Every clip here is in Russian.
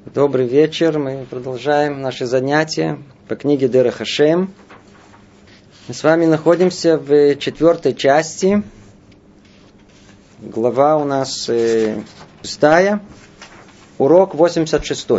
Добрый вечер. Мы продолжаем наши занятия по книге Дерech Хашем. Мы с вами находимся в 4 части. Глава у нас 6. Урок 86.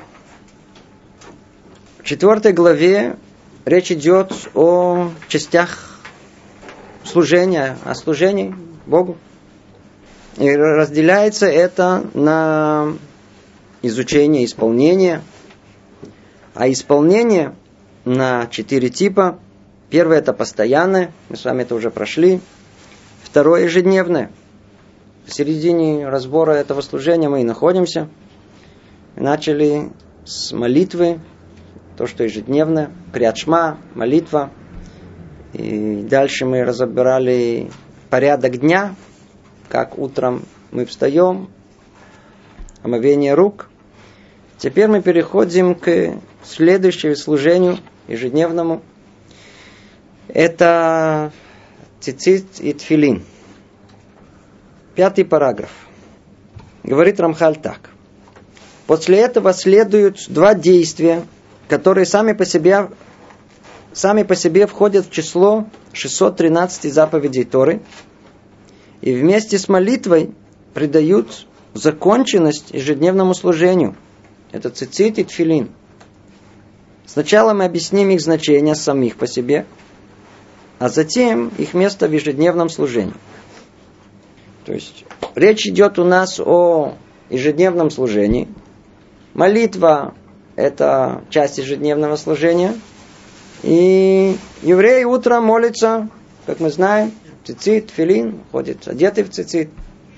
В 4 главе речь идет о частях служения, о служении Богу. И разделяется это на изучение исполнения. А исполнение на 4 типа. Первое это постоянное, мы с вами это уже прошли. Второе ежедневное. В середине разбора этого служения мы и находимся. Мы начали с молитвы, то, что ежедневное, Криат Шма, молитва. И дальше мы разобрали порядок дня, как утром мы встаем, омовение рук. Теперь мы переходим к следующему служению ежедневному. Это цицит и тфилин. 5 параграф. Говорит Рамхаль так. После этого следуют 2 действия, которые сами по себе входят в число 613 заповедей Торы и вместе с молитвой придают законченность ежедневному служению. Это цицит и тфилин. Сначала мы объясним их значение самих по себе, а затем их место в ежедневном служении. То есть речь идет у нас о ежедневном служении. Молитва – это часть ежедневного служения. И евреи утром молятся, как мы знаем, цицит, тфилин, ходят одеты в цицит.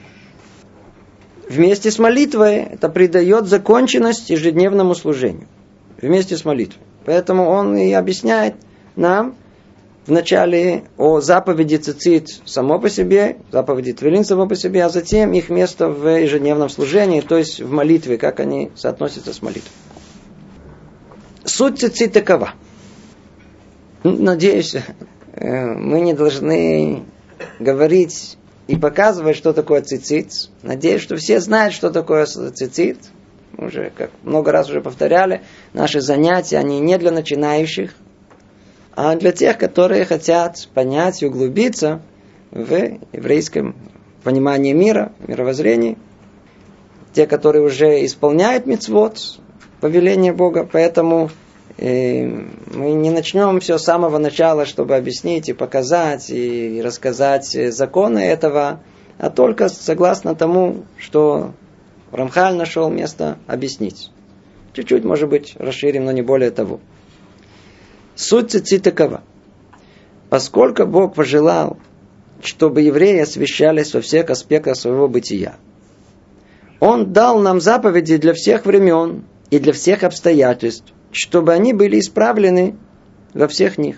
Вместе с молитвой это придает законченность ежедневному служению. Вместе с молитвой. Поэтому он и объясняет нам вначале о заповеди цицит само по себе, заповеди тфилин само по себе, а затем их место в ежедневном служении, то есть в молитве, как они соотносятся с молитвой. Суть цицит такова. Надеюсь, мы не должны говорить и показывать, что такое цицит. Надеюсь, что все знают, что такое цицит. Мы уже, как много раз уже повторяли, наши занятия, они не для начинающих, а для тех, которые хотят понять и углубиться в еврейском понимании мира, мировоззрении. Те, которые уже исполняют мицвот, повеление Бога. Поэтому мы не начнем все с самого начала, чтобы объяснить и показать, и рассказать законы этого, а только согласно тому, что Рамхаль нашел место объяснить. Чуть-чуть, может быть, расширим, но не более того. Суть цицит такова. Поскольку Бог пожелал, чтобы евреи освящались во всех аспектах своего бытия, Он дал нам заповеди для всех времен и для всех обстоятельств, чтобы они были исправлены во всех них.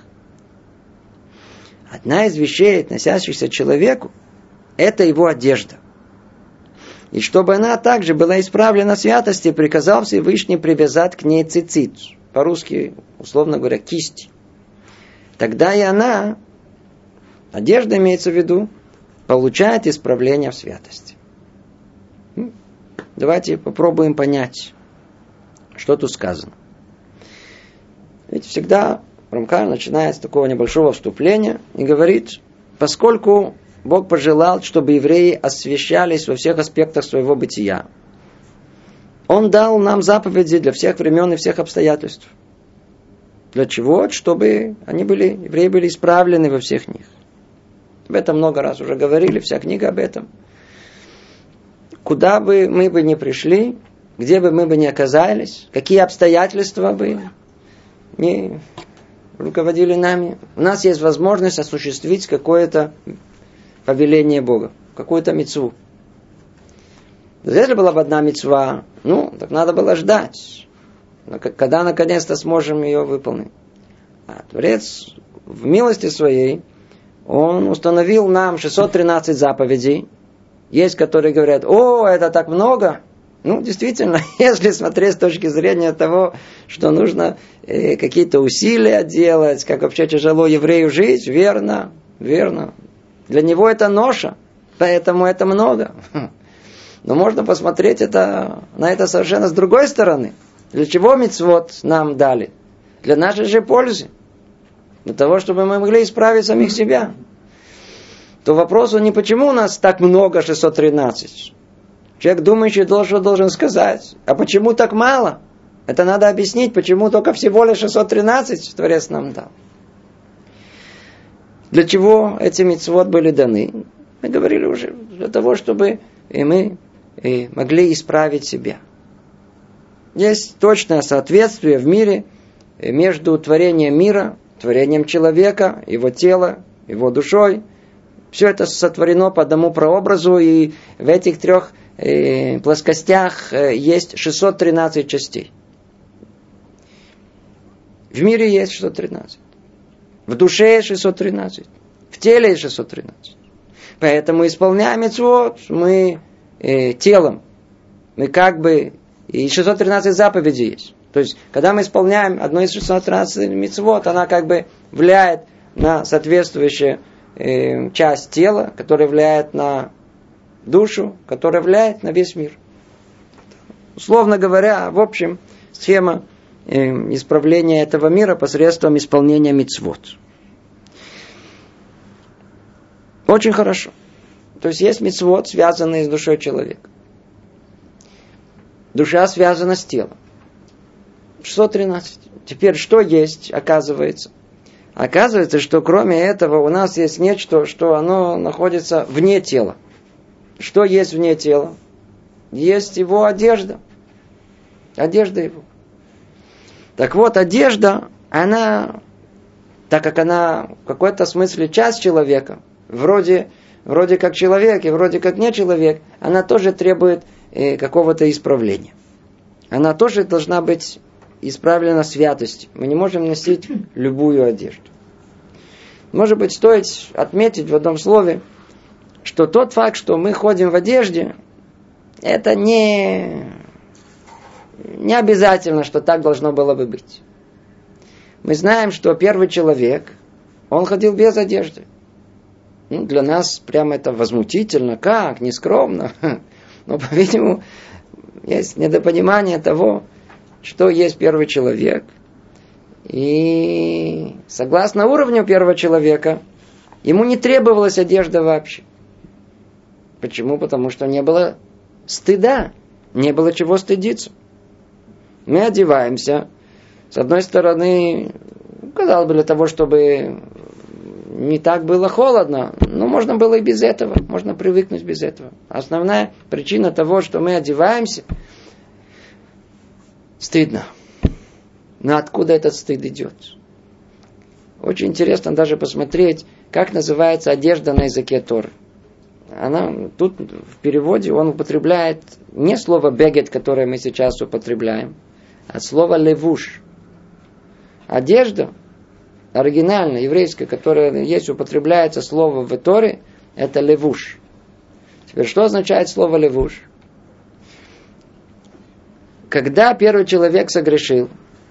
Одна из вещей, относящихся к человеку, это его одежда. И чтобы она также была исправлена в святости, приказал Всевышний привязать к ней цицит. По-русски, условно говоря, кисть. Тогда и она, одежда имеется в виду, получает исправление в святости. Давайте попробуем понять, что тут сказано. Ведь всегда Рамхаль начинает с такого небольшого вступления и говорит, поскольку Бог пожелал, чтобы евреи освящались во всех аспектах своего бытия, Он дал нам заповеди для всех времен и всех обстоятельств. Для чего? Чтобы евреи были исправлены во всех них. Об этом много раз уже говорили, вся книга об этом. Куда бы мы бы ни пришли, где бы мы бы ни оказались, какие обстоятельства бы не руководили нами, у нас есть возможность осуществить какое-то повеление Бога, какую-то мицву. Если была бы одна мицва, так надо было ждать, когда наконец-то сможем ее выполнить. А Творец в милости своей, Он установил нам 613 заповедей. Есть, которые говорят, это так много. Действительно, если смотреть с точки зрения того, что нужно какие-то усилия делать, как вообще тяжело еврею жить, верно. Для него это ноша, поэтому это много. Но можно посмотреть на это совершенно с другой стороны. Для чего мицвот нам дали? Для нашей же пользы. Для того, чтобы мы могли исправить самих себя. То вопрос не почему у нас так много 613. Человек думающий должен сказать, а почему так мало? Это надо объяснить, почему только всего лишь 613 Творец нам дал. Для чего эти мицвот были даны? Мы говорили уже, для того, чтобы мы могли исправить себя. Есть точное соответствие в мире между творением мира, творением человека, его тела, его душой. Все это сотворено по одному прообразу, и в этих трех плоскостях есть 613 частей. В мире есть 613. В душе есть 613. В теле есть 613. Поэтому исполняем мицвот мы телом. Мы как бы... И 613 заповедей есть. То есть, когда мы исполняем одну из 613 мицвот, она как бы влияет на соответствующую часть тела, которая влияет на душу, которая влияет на весь мир. Условно говоря, в общем, схема исправления этого мира посредством исполнения мицвот. Очень хорошо. То есть, есть мицвот, связанные с душой человека. Душа связана с телом. 613. Теперь что есть, оказывается? Оказывается, что кроме этого у нас есть нечто, что оно находится вне тела. Что есть вне тела? Есть его одежда. Одежда его. Так вот, одежда, она, так как она в какой-то смысле часть человека, вроде как человек и вроде как не человек, она тоже требует какого-то исправления. Она тоже должна быть исправлена святостью. Мы не можем носить любую одежду. Может быть, стоит отметить в одном слове, что тот факт, что мы ходим в одежде, это не обязательно, что так должно было бы быть. Мы знаем, что первый человек, он ходил без одежды. Для нас прямо это возмутительно, как, нескромно. Но, по-видимому, есть недопонимание того, что есть первый человек. И согласно уровню первого человека, ему не требовалась одежда вообще. Почему? Потому что не было стыда, не было чего стыдиться. Мы одеваемся, с одной стороны, казалось бы, для того, чтобы не так было холодно, но можно было и без этого, можно привыкнуть без этого. Основная причина того, что мы одеваемся, стыдно. Но откуда этот стыд идет? Очень интересно даже посмотреть, как называется одежда на языке Торы. Тут в переводе он употребляет не слово бегет, которое мы сейчас употребляем, а слово левуш. Одежда оригинальная, еврейская, которая есть, употребляется слово в Торе, это левуш. Теперь, что означает слово левуш? Когда первый человек согрешил,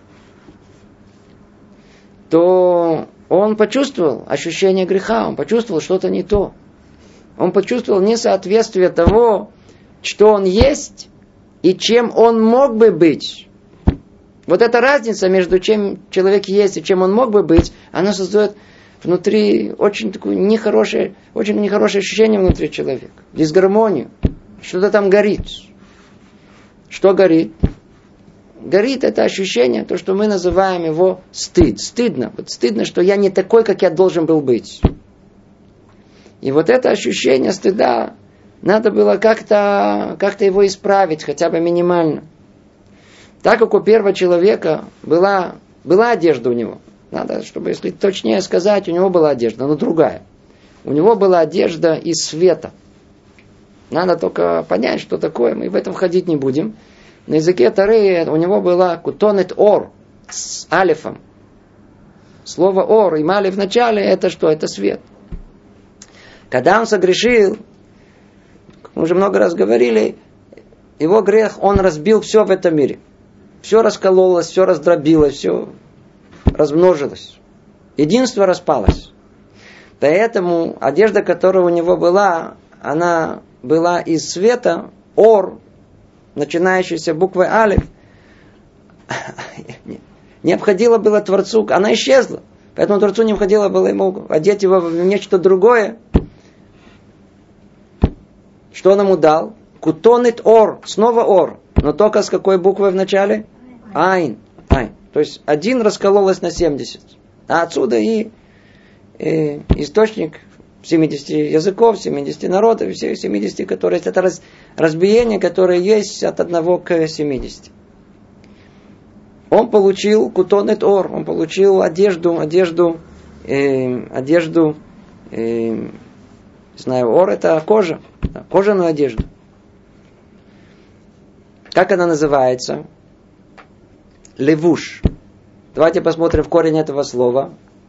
то он почувствовал ощущение греха, он почувствовал что-то не то. Он почувствовал несоответствие того, что он есть и чем он мог бы быть. Вот эта разница между чем человек есть и чем он мог бы быть, она создает внутри очень такое нехорошее ощущение внутри человека. Дисгармонию. Что-то там горит. Что горит? Горит это ощущение, то, что мы называем его стыд. Стыдно. Вот стыдно, что я не такой, как я должен был быть. И вот это ощущение стыда, надо было как-то его исправить, хотя бы минимально. Так как у первого человека была одежда у него. Надо, чтобы, если точнее сказать, у него была одежда, но другая. У него была одежда из света. Надо только понять, что такое. Мы в этом входить не будем. На языке Торы у него была кутонет ор с алифом. Слово ор и алиф в начале, это что? Это свет. Когда он согрешил, как мы уже много раз говорили, его грех, он разбил все в этом мире. Все раскололось, все раздробилось, все размножилось. Единство распалось. Поэтому одежда, которая у него была, она была из света, ор, начинающийся буквой алиф, не обходило было Творцу, она исчезла. Поэтому Творцу не входило было ему одеть его в нечто другое. Что он ему дал? Кутонит ор, снова ор. Но только с какой буквой в начале? Айн. Айн. То есть один раскололось на 70. А отсюда и источник 70 языков, 70 народов, все 70, которые есть. Это разбиение, которое есть от 1 к 70. Он получил кутонет ор, он получил одежду, не знаю, ор это кожа, кожаную одежду. Как она называется? Левуш. Давайте посмотрим в корень этого слова.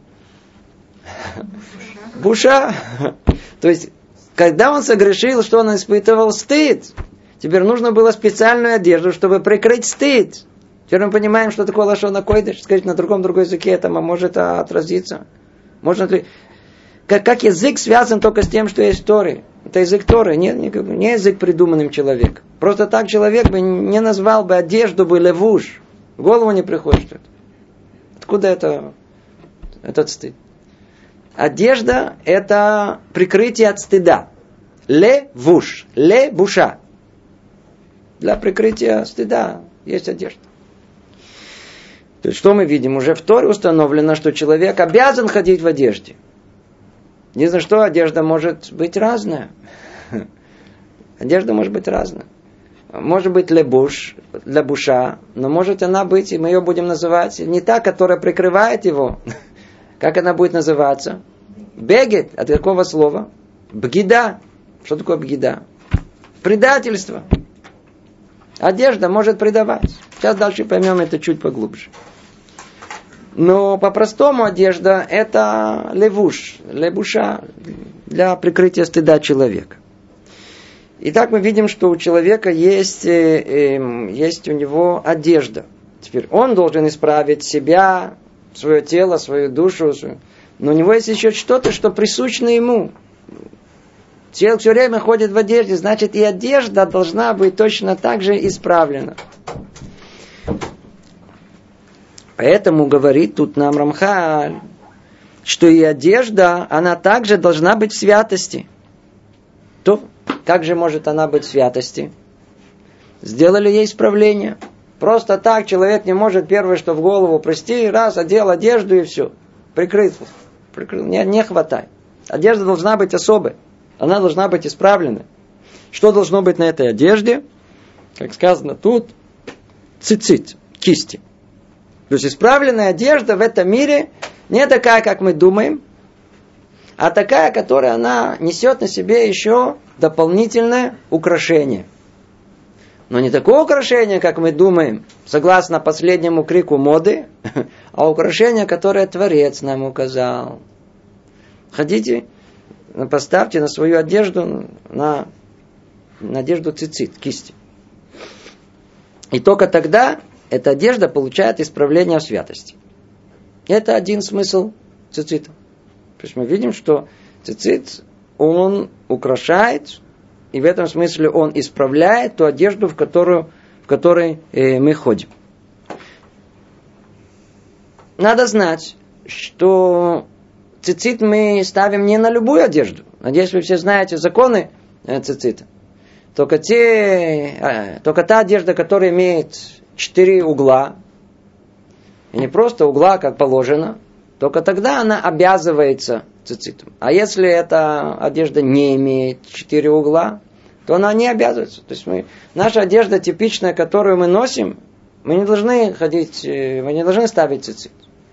Буша. То есть, когда он согрешил, что он испытывал? Стыд. Теперь нужно было специальную одежду, чтобы прикрыть стыд. Теперь мы понимаем, что такое лашон а-койдеш. Скажите, на другом языке это может отразиться. Можно ли... Как язык связан только с тем, что есть в Торе. Это язык Торы, не язык придуманным человеком. Просто так человек бы не назвал бы одежду бы левуш. В голову не приходит что-то. Откуда этот стыд? Одежда – это прикрытие от стыда. Левуш, лебуша. Для прикрытия стыда есть одежда. То есть, что мы видим? Уже в Торе установлено, что человек обязан ходить в одежде. Не знаю, что одежда может быть разная. Одежда может быть разная. Может быть лебуш, лебуша, но может она быть, и мы ее будем называть, не та, которая прикрывает его. Как она будет называться? Бегет. От какого слова? Бгида. Что такое бгида? Предательство. Одежда может предавать. Сейчас дальше поймем это чуть поглубже. Но по-простому одежда это левуш, лебуша для прикрытия стыда человека. Итак, мы видим, что у человека есть у него одежда. Теперь он должен исправить себя, свое тело, свою душу. Но у него есть еще что-то, что присущно ему. Человек все время ходит в одежде, значит и одежда должна быть точно так же исправлена. Поэтому говорит тут нам Рамхаль, что и одежда, она также должна быть в святости. То, как же может она быть в святости? Сделали ей исправление. Просто так человек не может первое, что в голову, прости, раз, одел одежду и все. Прикрыл. Не хватает. Одежда должна быть особой. Она должна быть исправлена. Что должно быть на этой одежде? Как сказано тут, цицит, кисти. То есть исправленная одежда в этом мире не такая, как мы думаем, а такая, которая она несет на себе еще дополнительное украшение. Но не такое украшение, как мы думаем, согласно последнему крику моды, а украшение, которое Творец нам указал. Ходите, поставьте на свою одежду, на одежду цицит, кисти. И только тогда эта одежда получает исправление в святости. Это один смысл цицита. То есть мы видим, что цицит, он украшает, и в этом смысле он исправляет ту одежду, в которой мы ходим. Надо знать, что цицит мы ставим не на любую одежду. Надеюсь, вы все знаете законы цицита. Только та одежда, которая имеет 4 угла, и не просто угла, как положено, только тогда она обязывается цицитом. А если эта одежда не имеет 4 угла, то она не обязывается. То есть наша одежда типичная, которую мы носим, мы не должны ставить цицит.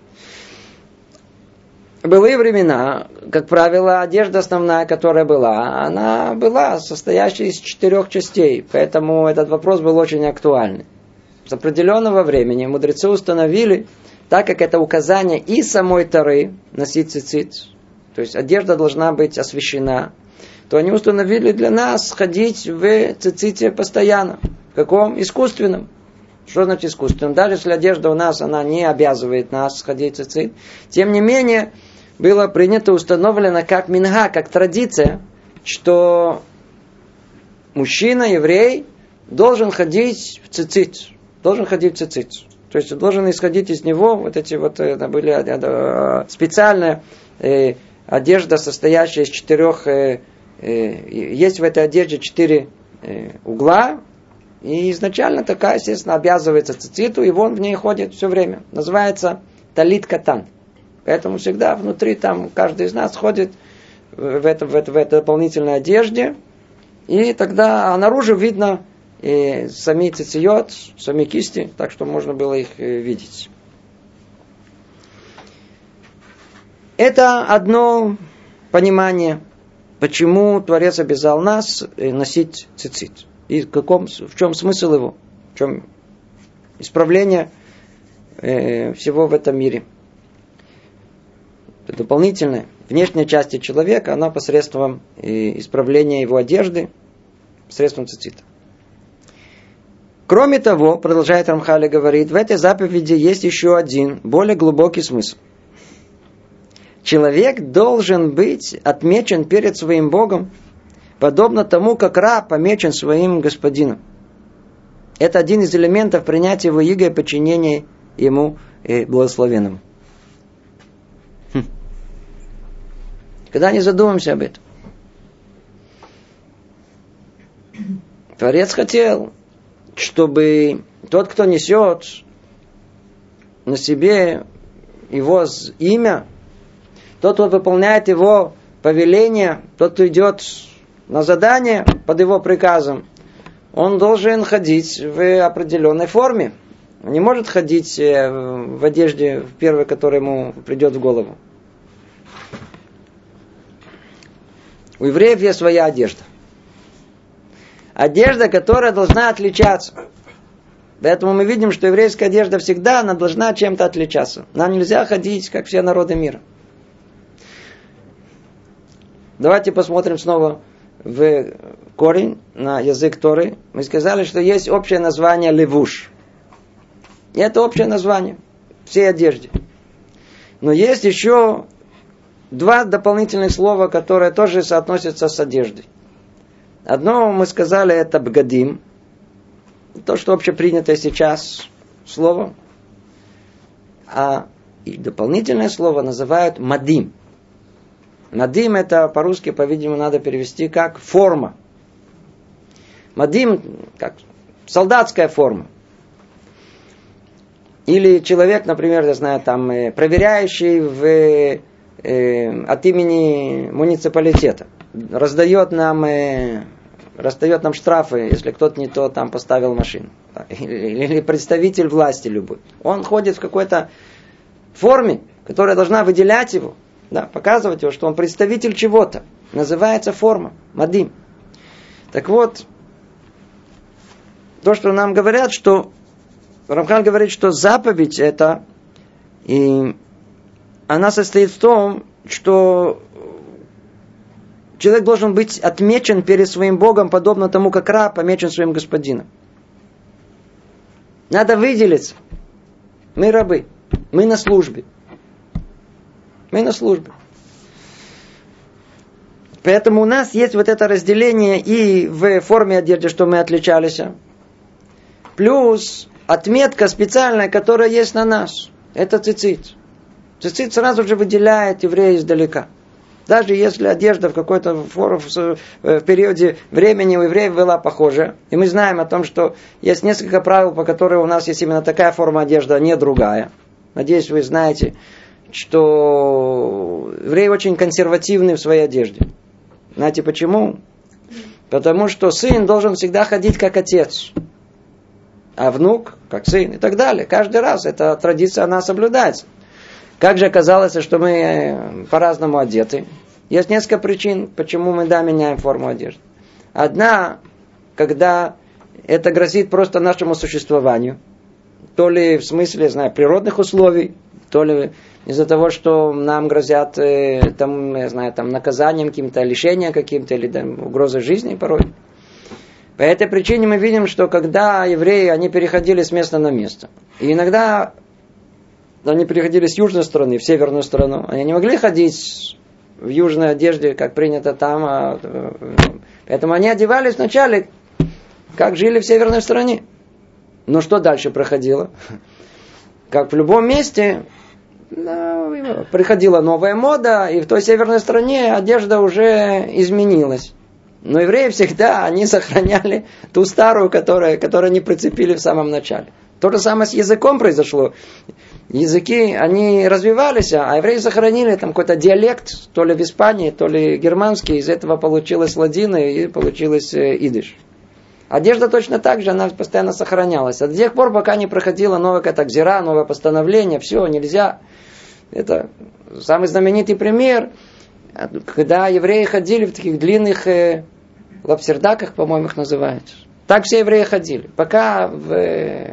В былые времена, как правило, одежда основная, которая была, она была состоящей из 4 частей. Поэтому этот вопрос был очень актуальный. С определенного времени мудрецы установили, так как это указание и самой Торы носить цицит, то есть одежда должна быть освящена, то они установили для нас ходить в циците постоянно. В каком? Искусственном. Что значит искусственном? Даже если одежда у нас, она не обязывает нас ходить в цицит, тем не менее, было принято, установлено как минга, как традиция, что мужчина, еврей, должен ходить в цицит. Должен ходить в цицит. То есть должен исходить из него вот эти вот были специальная одежда, состоящая из 4. Есть в этой одежде 4 угла. И изначально такая, естественно, обязывается цициту, и он в ней ходит все время. Называется талит катан. Поэтому всегда внутри там каждый из нас ходит в этой дополнительной одежде. И тогда наружу видно сами цицит, сами кисти, так что можно было их видеть. Это одно понимание, почему Творец обязал нас носить цицит. И в чем смысл его? В чем исправление всего в этом мире? Дополнительная внешняя часть человека, она посредством исправления его одежды, посредством цицита. Кроме того, продолжает Рамхаль и говорит, в этой заповеди есть еще один, более глубокий смысл. Человек должен быть отмечен перед своим Богом, подобно тому, как раб помечен своим господином. Это один из элементов принятия его иго и подчинения ему благословенному. Когда не задумаемся об этом. Творец хотел, чтобы тот, кто несет на себе его имя, тот, кто выполняет его повеление, тот, кто идет на задание под его приказом, он должен ходить в определенной форме. Он не может ходить в одежде, в первой, которая ему придет в голову. У евреев есть своя одежда. Одежда, которая должна отличаться. Поэтому мы видим, что еврейская одежда всегда она должна чем-то отличаться. Нам нельзя ходить, как все народы мира. Давайте посмотрим снова в корень, на язык Торы. Мы сказали, что есть общее название левуш. И это общее название всей одежды. Но есть еще 2 дополнительных слова, которые тоже соотносятся с одеждой. Одно, мы сказали, это бгадим. То, что общепринятое сейчас слово. А и дополнительное слово называют мадим. Мадим это по-русски, по-видимому, надо перевести как форма. Мадим, как солдатская форма. Или человек, например, я знаю, там, проверяющий от имени муниципалитета. Раздает нам штрафы, если кто-то не то там поставил машину. Или представитель власти любой. Он ходит в какой-то форме, которая должна выделять его. Да, показывать его, что он представитель чего-то. Называется форма. Мадим. Так вот, то, что нам говорят, что Рамхаль говорит, что заповедь это, и она состоит в том, что человек должен быть отмечен перед своим Богом, подобно тому, как раб помечен своим господином. Надо выделиться. Мы рабы. Мы на службе. Мы на службе. Поэтому у нас есть вот это разделение и в форме одежды, что мы отличались. Плюс отметка специальная, которая есть на нас. Это цицит. Цицит сразу же выделяет еврея издалека. Даже если одежда в какой-то в периоде времени у евреев была похожа. И мы знаем о том, что есть несколько правил, по которым у нас есть именно такая форма одежды, а не другая. Надеюсь, вы знаете, что евреи очень консервативны в своей одежде. Знаете почему? Потому что сын должен всегда ходить как отец. А внук как сын и так далее. Каждый раз эта традиция, она соблюдается. Как же оказалось, что мы по-разному одеты? Есть несколько причин, почему мы меняем форму одежды. Одна, когда это грозит просто нашему существованию. То ли в смысле, природных условий, то ли из-за того, что нам грозят наказанием каким-то, лишением каким-то, или угрозой жизни порой. По этой причине мы видим, что когда евреи, они переходили с места на место. И иногда они переходили с южной стороны в северную сторону. Они не могли ходить в южной одежде, как принято там, Поэтому они одевались вначале, как жили в северной стране. Но что дальше проходило? Как в любом месте, приходила новая мода, и в той северной стране одежда уже изменилась. Но евреи всегда, они сохраняли ту старую, которую они прицепили в самом начале. То же самое с языком произошло. Языки, они развивались, а евреи сохранили там какой-то диалект, то ли в Испании, то ли германский. Из этого получилось ладина и получилось идиш. Одежда точно так же, она постоянно сохранялась. А до тех пор, пока не проходила новая какая-то гзира, новое постановление, все, нельзя. Это самый знаменитый пример, когда евреи ходили в таких длинных лапсердаках, по-моему, их называют. Так все евреи ходили. Пока в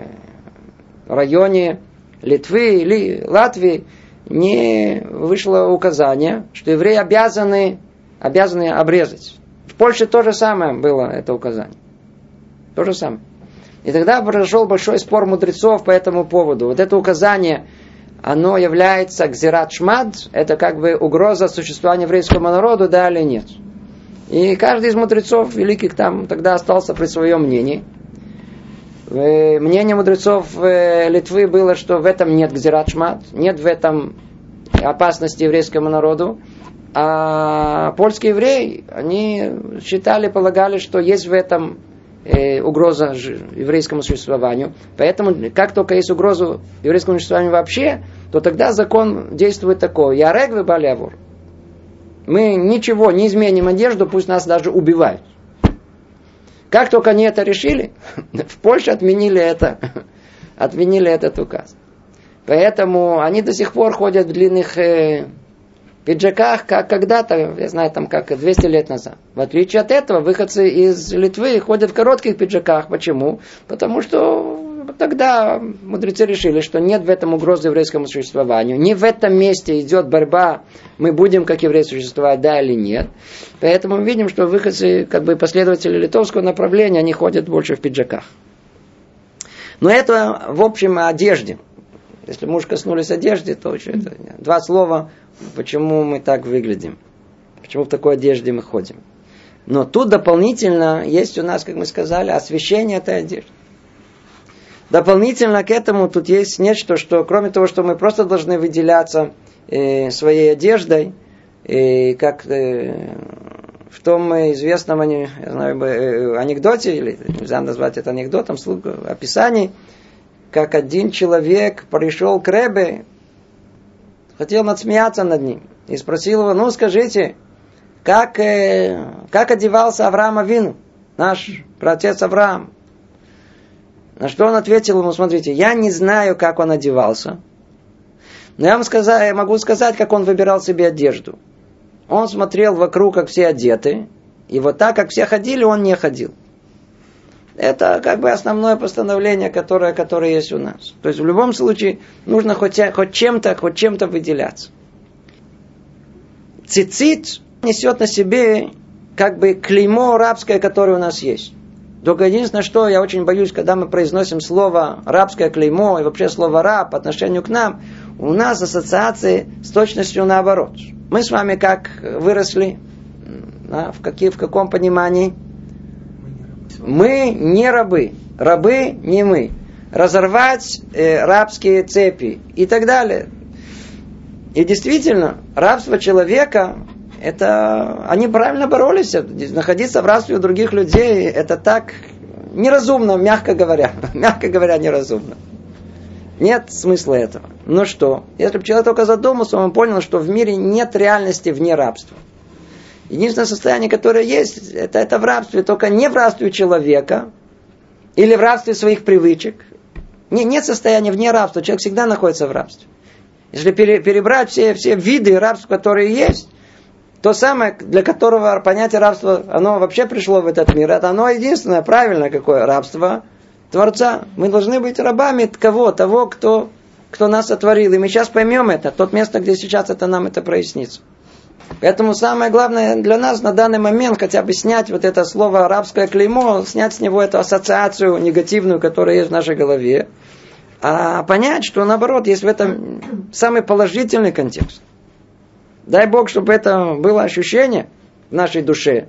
районе Литвы или Латвии не вышло указание, что евреи обязаны обрезать. В Польше то же самое было, это указание. То же самое. И тогда произошел большой спор мудрецов по этому поводу. Вот это указание, оно является гзират шмад, это как бы угроза существования еврейскому народу, да или нет. И каждый из мудрецов великих там тогда остался при своем мнении. Мнение мудрецов Литвы было, что в этом нет гзират шмад, нет в этом опасности еврейскому народу. А польские евреи, они полагали, что есть в этом угроза еврейскому существованию. Поэтому, как только есть угроза еврейскому существованию вообще, то тогда закон действует такой. Ярек вы балявур. Мы ничего не изменим одежду, пусть нас даже убивают. Как только они это решили, в Польше отменили этот указ. Поэтому они до сих пор ходят в длинных пиджаках, как когда-то, я знаю, там как 200 лет назад. В отличие от этого, выходцы из Литвы ходят в коротких пиджаках. Почему? Потому что тогда мудрецы решили, что нет в этом угрозы еврейскому существованию. Не в этом месте идет борьба, мы будем как евреи существовать, да или нет. Поэтому мы видим, что выходцы, как бы последователи литовского направления, они ходят больше в пиджаках. Но это, в общем, о одежде. Если мы уж коснулись одежды, то это два слова, почему мы так выглядим. Почему в такой одежде мы ходим. Но тут дополнительно есть у нас, как мы сказали, освящение этой одежды. Дополнительно к этому тут есть нечто, что кроме того, что мы просто должны выделяться своей одеждой, как в том известном анекдоте, или нельзя назвать это анекдотом, описании, как один человек пришел к Ребе, хотел надсмеяться над ним, и спросил его, скажите, как одевался Авраам Авину, наш праотец Авраам? На что он ответил ему, смотрите, я не знаю, как он одевался, но я могу сказать, как он выбирал себе одежду. Он смотрел вокруг, как все одеты, и вот так, как все ходили, он не ходил. Это как бы основное постановление, которое есть у нас. То есть в любом случае нужно хоть чем-то выделяться. Цицит несет на себе как бы клеймо рабское, которое у нас есть. Только единственное, что я очень боюсь, когда мы произносим слово рабское клеймо и вообще слово раб по отношению к нам, у нас ассоциации с точностью наоборот. Мы с вами как выросли, в каком понимании? Мы не рабы, рабы не мы. Разорвать рабские цепи и так далее. И действительно, рабство человека, это они правильно боролись. Находиться в рабстве у других людей, это так неразумно, мягко говоря. Мягко говоря, неразумно. Нет смысла этого. Ну что, если бы человек только задумался, он понял, что в мире нет реальности вне рабства. Единственное состояние, которое есть, это в рабстве, только не в рабстве человека или в рабстве своих привычек. Нет состояния вне рабства, человек всегда находится в рабстве. Если перебрать все виды рабства, которые есть, то самое, для которого понятие рабства, оно вообще пришло в этот мир, это оно единственное, правильное какое рабство Творца. Мы должны быть рабами кого? Того, кто нас сотворил. И мы сейчас поймем это, тот место, где сейчас нам это прояснится. Поэтому самое главное для нас на данный момент хотя бы снять вот это слово рабское клеймо, снять с него эту ассоциацию негативную, которая есть в нашей голове, а понять, что наоборот, есть в этом самый положительный контекст. Дай Бог, чтобы это было ощущение в нашей душе.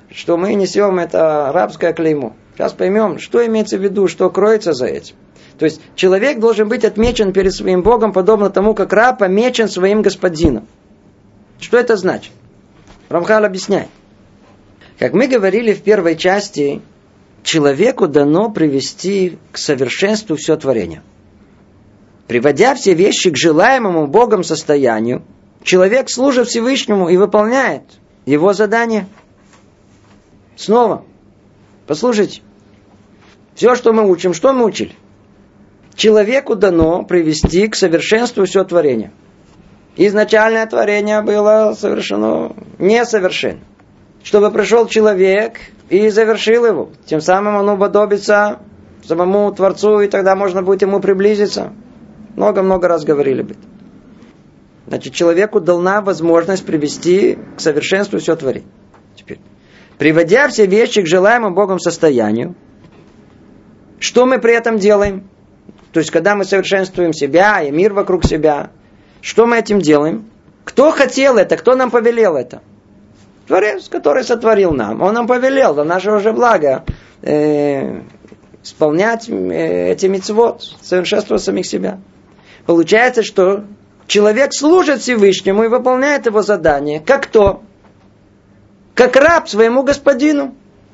что мы несем это рабское клеймо. Сейчас поймем, что имеется в виду, что кроется за этим. То есть человек должен быть отмечен перед своим Богом, подобно тому, как раб помечен своим господином. Что это значит? Рамхаль объясняет. Как мы говорили в первой части, человеку дано привести к совершенству все творение. Приводя все вещи к желаемому Богом состоянию, человек служит Всевышнему и выполняет его задание. Снова. Послушайте. Все, что мы учим, что мы учили? Человеку дано привести к совершенству все творение. Изначальное творение было совершено несовершенно. Чтобы пришел человек и завершил его. Тем самым он уподобится самому Творцу, и тогда можно будет ему приблизиться. Много-много раз говорили об этом. Значит, человеку дана возможность привести к совершенству все творение. Теперь, приводя все вещи к желаемому Богом состоянию, что мы при этом делаем? То есть, когда мы совершенствуем себя и мир вокруг себя, что мы этим делаем? Кто хотел это? Кто нам повелел это? Творец, который сотворил нам. Он нам повелел до нашего же блага исполнять эти мицвот, совершенствовать самих себя. Получается, что человек служит Всевышнему и выполняет его задание. Как кто? Как раб своему господину.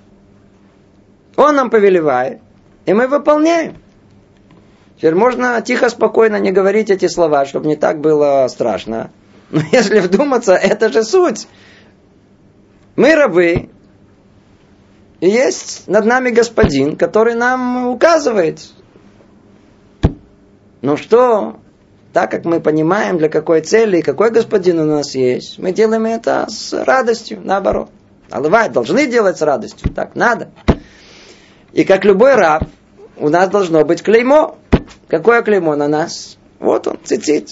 Он нам повелевает, и мы выполняем. Теперь можно тихо, спокойно не говорить эти слова, чтобы не так было страшно. Но если вдуматься, это же суть. Мы рабы, и есть над нами господин, который нам указывает. Ну что, так как мы понимаем, для какой цели и какой господин у нас есть, мы делаем это с радостью, наоборот. Алывай, должны делать с радостью, так надо. И как любой раб, у нас должно быть клеймо. Какое клеймо на нас? Вот он, цицит.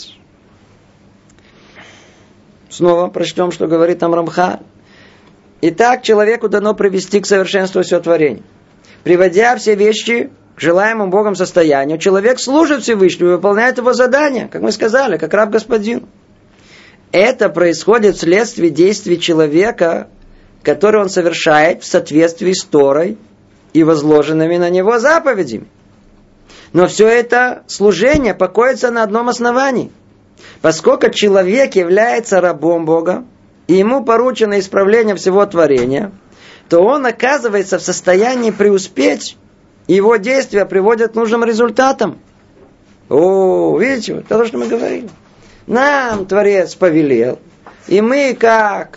Снова прочтем, что говорит нам Рамхаль. Итак, человеку дано привести к совершенству все творение. Приводя все вещи к желаемому Богом состоянию, человек служит Всевышнему и выполняет его задание, как мы сказали, как раб господин. Это происходит вследствие действий человека, которые он совершает в соответствии с Торой и возложенными на него заповедями. Но все это служение покоится на одном основании. Поскольку человек является рабом Бога, и ему поручено исправление всего творения, то он оказывается в состоянии преуспеть, и его действия приводят к нужным результатам. О, видите, это то, что мы говорили. Нам Творец повелел, и мы как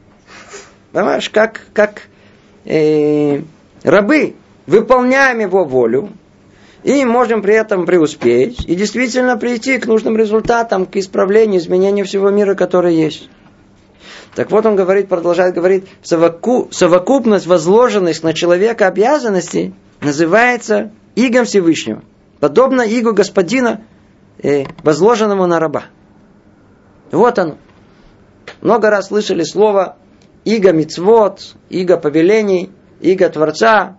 рабы выполняем его волю, и можем при этом преуспеть, и действительно прийти к нужным результатам, к исправлению, изменению всего мира, который есть. Так вот он говорит, продолжает говорить, совокупность возложенных на человека обязанностей называется игом Всевышнего. Подобно игу господина, возложенному на раба. Вот оно. Много раз слышали слово иго мицвот, иго повелений, иго Творца.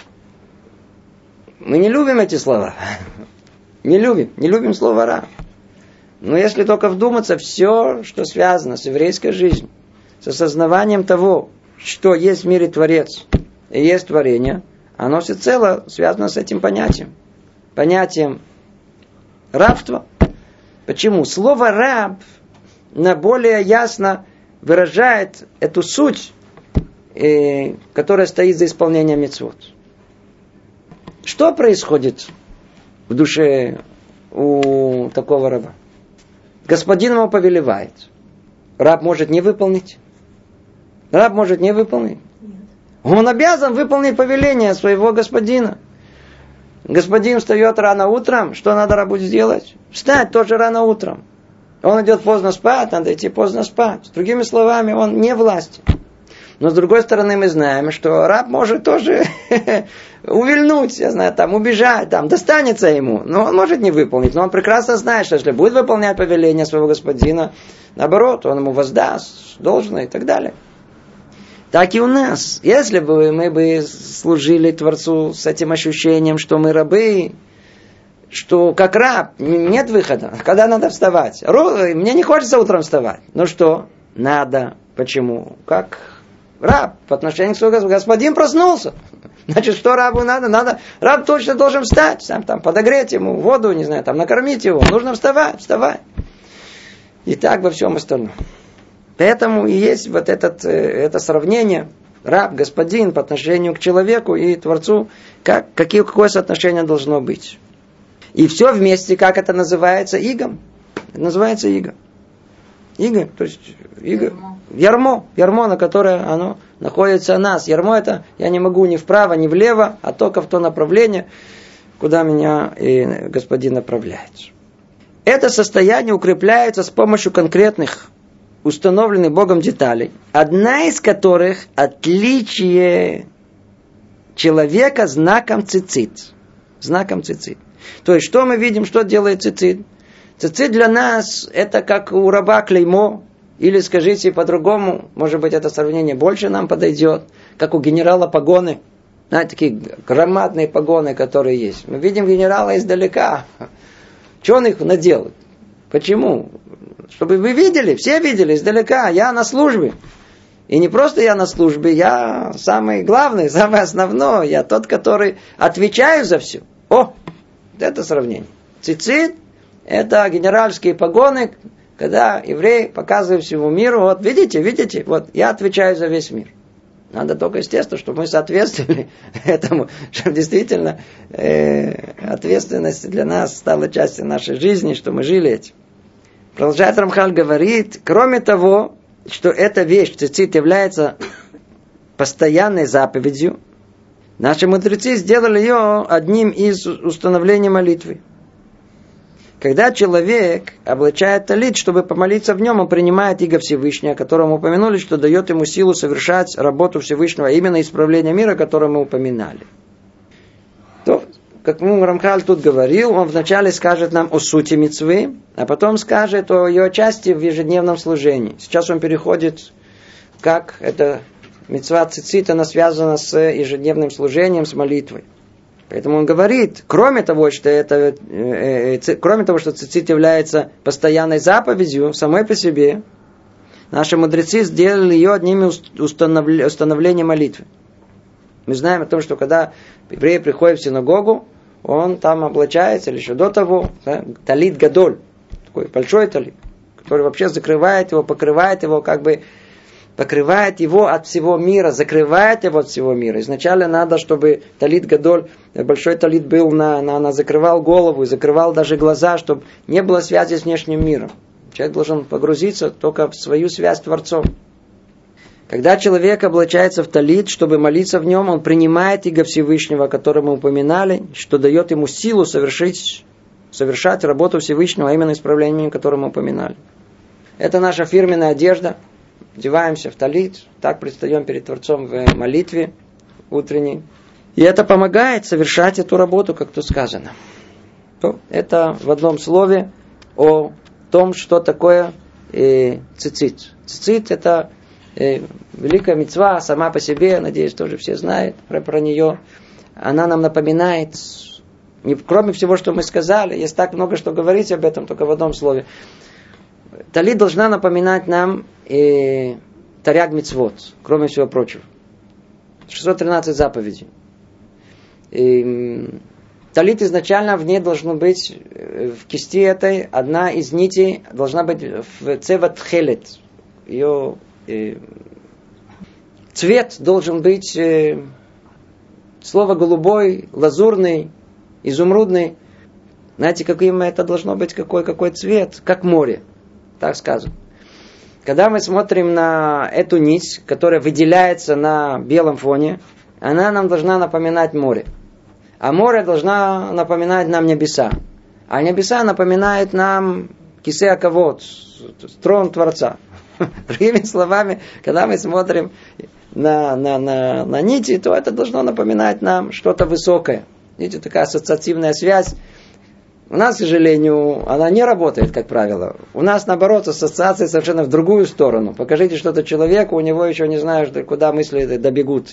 Мы не любим эти слова. Не любим слово раб. Но если только вдуматься, все, что связано с еврейской жизнью, с осознаванием того, что есть в мире Творец и есть творение, оно всецело связано с этим понятием. Понятием рабства. Почему? Слово «раб» более ясно выражает эту суть, которая стоит за исполнением мицвот. Что происходит в душе у такого раба? Господин ему повелевает. Раб может не выполнить. Раб может не выполнить. Он обязан выполнить повеление своего господина. Господин встает рано утром. Что надо рабу сделать? Встать тоже рано утром. Он идет поздно спать, надо идти поздно спать. Другими словами, он не властен. Но с другой стороны мы знаем, что раб может тоже увильнуть, я знаю, там, убежать, там, достанется ему. Но он может не выполнить. Но он прекрасно знает, что если будет выполнять повеление своего господина, наоборот, он ему воздаст должное и так далее. Так и у нас. Если бы мы бы служили Творцу с этим ощущением, что мы рабы, что как раб нет выхода. Когда надо вставать? Мне не хочется утром вставать. Ну что? Надо. Почему? Как Раб по отношению к своему господин проснулся. Значит, что рабу надо? Раб точно должен встать, сам там подогреть ему воду, не знаю, там накормить его. Нужно вставать. И так во всем остальном. Поэтому и есть вот это сравнение раб, господин по отношению к человеку и Творцу, какое соотношение должно быть. И все вместе, как это называется? Игом. Это называется иго. Иго, то есть иго. Ярмо, на которое оно находится нас. Ярмо это я не могу ни вправо, ни влево, а только в то направление, куда меня господин направляет. Это состояние укрепляется с помощью конкретных установленных Богом деталей, одна из которых отличие человека знаком цицит. Знаком цицит. То есть, что мы видим, что делает цицит? Цицит для нас это как у раба клеймо, или скажите по-другому, может быть это сравнение больше нам подойдет, как у генерала погоны. Знаете, такие громадные погоны, которые есть. Мы видим генерала издалека. Что он их надел? Почему? Чтобы вы видели, все видели издалека, я на службе. И не просто я на службе, я самый главный, самый основной, я тот, который отвечаю за все. О, это сравнение. Цицит – это генеральские погоны, когда еврей показывает всему миру, вот видите, вот я отвечаю за весь мир. Надо только, естественно, чтобы мы соответствовали этому, чтобы действительно ответственность для нас стала частью нашей жизни, что мы жили этим. Продолжает Рамхаль говорит, кроме того, что эта вещь, цицит, является постоянной заповедью, наши мудрецы сделали ее одним из установлений молитвы. Когда человек облачает талит, чтобы помолиться в нем, он принимает иго Всевышнего, о котором мы упомянули, что дает ему силу совершать работу Всевышнего, а именно исправление мира, которое мы упоминали. То, как Рамхаль тут говорил, он вначале скажет нам о сути мицвы, а потом скажет о ее части в ежедневном служении. Сейчас он переходит, как эта мицва цицит, она связана с ежедневным служением, с молитвой. Поэтому он говорит, кроме того, что цицит является постоянной заповедью самой по себе, наши мудрецы сделали ее одним из установлений молитвы. Мы знаем о том, что когда еврей приходит в синагогу, он там облачается, или еще до того, талит гадоль, такой большой талит, который вообще закрывает его, покрывает его, покрывает его от всего мира, закрывает его от всего мира. Изначально надо, чтобы талит гадоль, большой талит был, закрывал голову, закрывал даже глаза, чтобы не было связи с внешним миром. Человек должен погрузиться только в свою связь с Творцом. Когда человек облачается в талит, чтобы молиться в нем, он принимает иго Всевышнего, о котором мы упоминали, что дает ему силу совершать работу Всевышнего, а именно исправлением, которое мы упоминали. Это наша фирменная одежда. Одеваемся в талит, так предстаем перед Творцом в молитве утренней. И это помогает совершать эту работу, как тут сказано. Это в одном слове о том, что такое цицит. Цицит это великая мицва сама по себе, надеюсь, тоже все знают про нее. Она нам напоминает, кроме всего, что мы сказали, есть так много, что говорить об этом, только в одном слове. Талит должна напоминать нам таряг мицвот, кроме всего прочего. 613 заповедей. Талит изначально в ней должно быть, в кисти этой, одна из нитей должна быть в цеват хелет. Ее цвет должен быть слово голубой, лазурный, изумрудный. Знаете, каким это должно быть, какой цвет? Как море. Так сказано. Когда мы смотрим на эту нить, которая выделяется на белом фоне, она нам должна напоминать море. А море должна напоминать нам небеса. А небеса напоминают нам кисеа кавод, трон Творца. Другими словами, когда мы смотрим на нити, то это должно напоминать нам что-то высокое. Видите, такая ассоциативная связь. У нас, к сожалению, она не работает, как правило. У нас, наоборот, ассоциации совершенно в другую сторону. Покажите что-то человеку, у него еще не знаю, куда мысли добегут.